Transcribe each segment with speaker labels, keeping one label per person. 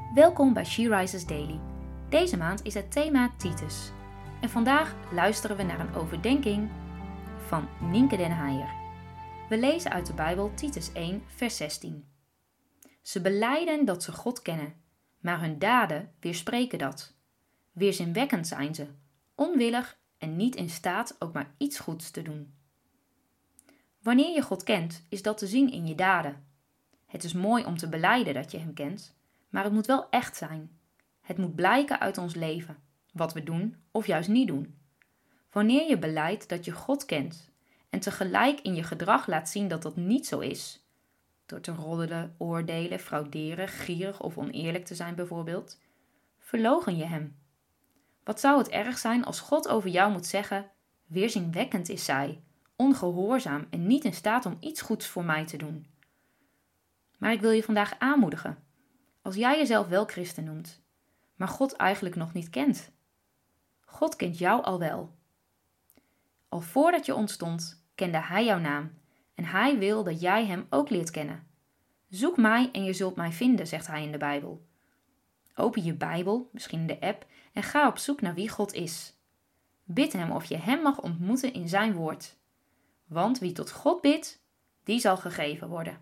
Speaker 1: Welkom bij She Rises Daily. Deze maand is het thema Titus. En vandaag luisteren we naar een overdenking van Nienke den Heijer. We lezen uit de Bijbel Titus 1 vers 16. Ze belijden dat ze God kennen, maar hun daden weerspreken dat. Weerzinwekkend zijn ze, onwillig en niet in staat ook maar iets goeds te doen. Wanneer je God kent, is dat te zien in je daden. Het is mooi om te belijden dat je hem kent, maar het moet wel echt zijn. Het moet blijken uit ons leven, wat we doen of juist niet doen. Wanneer je belijdt dat je God kent en tegelijk in je gedrag laat zien dat dat niet zo is, door te roddelen, oordelen, frauderen, gierig of oneerlijk te zijn bijvoorbeeld, verloochen je hem. Wat zou het erg zijn als God over jou moet zeggen: weerzinwekkend is zij, ongehoorzaam en niet in staat om iets goeds voor mij te doen. Maar ik wil je vandaag aanmoedigen. Als jij jezelf wel christen noemt, maar God eigenlijk nog niet kent. God kent jou al wel. Al voordat je ontstond, kende Hij jouw naam en Hij wil dat jij Hem ook leert kennen. Zoek mij en je zult mij vinden, zegt Hij in de Bijbel. Open je Bijbel, misschien in de app, en ga op zoek naar wie God is. Bid Hem of je Hem mag ontmoeten in Zijn woord. Want wie tot God bidt, die zal gegeven worden.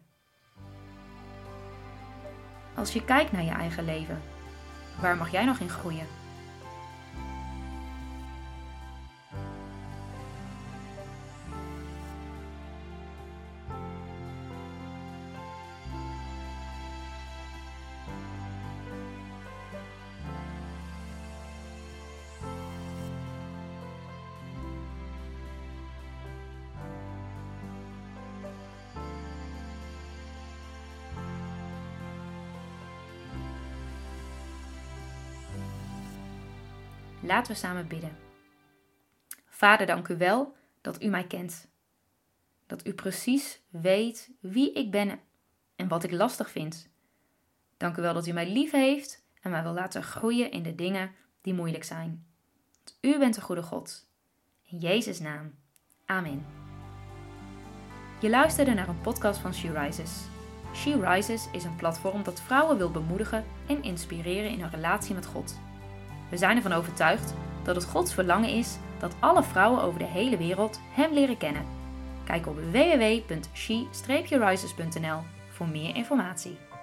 Speaker 1: Als je kijkt naar je eigen leven, waar mag jij nog in groeien? Laten we samen bidden. Vader, dank u wel dat u mij kent. Dat u precies weet wie ik ben en wat ik lastig vind. Dank u wel dat u mij lief heeft en mij wil laten groeien in de dingen die moeilijk zijn. Want u bent een goede God. In Jezus' naam. Amen. Je luisterde naar een podcast van She Rises. She Rises is een platform dat vrouwen wil bemoedigen en inspireren in hun relatie met God. We zijn ervan overtuigd dat het Gods verlangen is dat alle vrouwen over de hele wereld Hem leren kennen. Kijk op www.she-rises.nl voor meer informatie.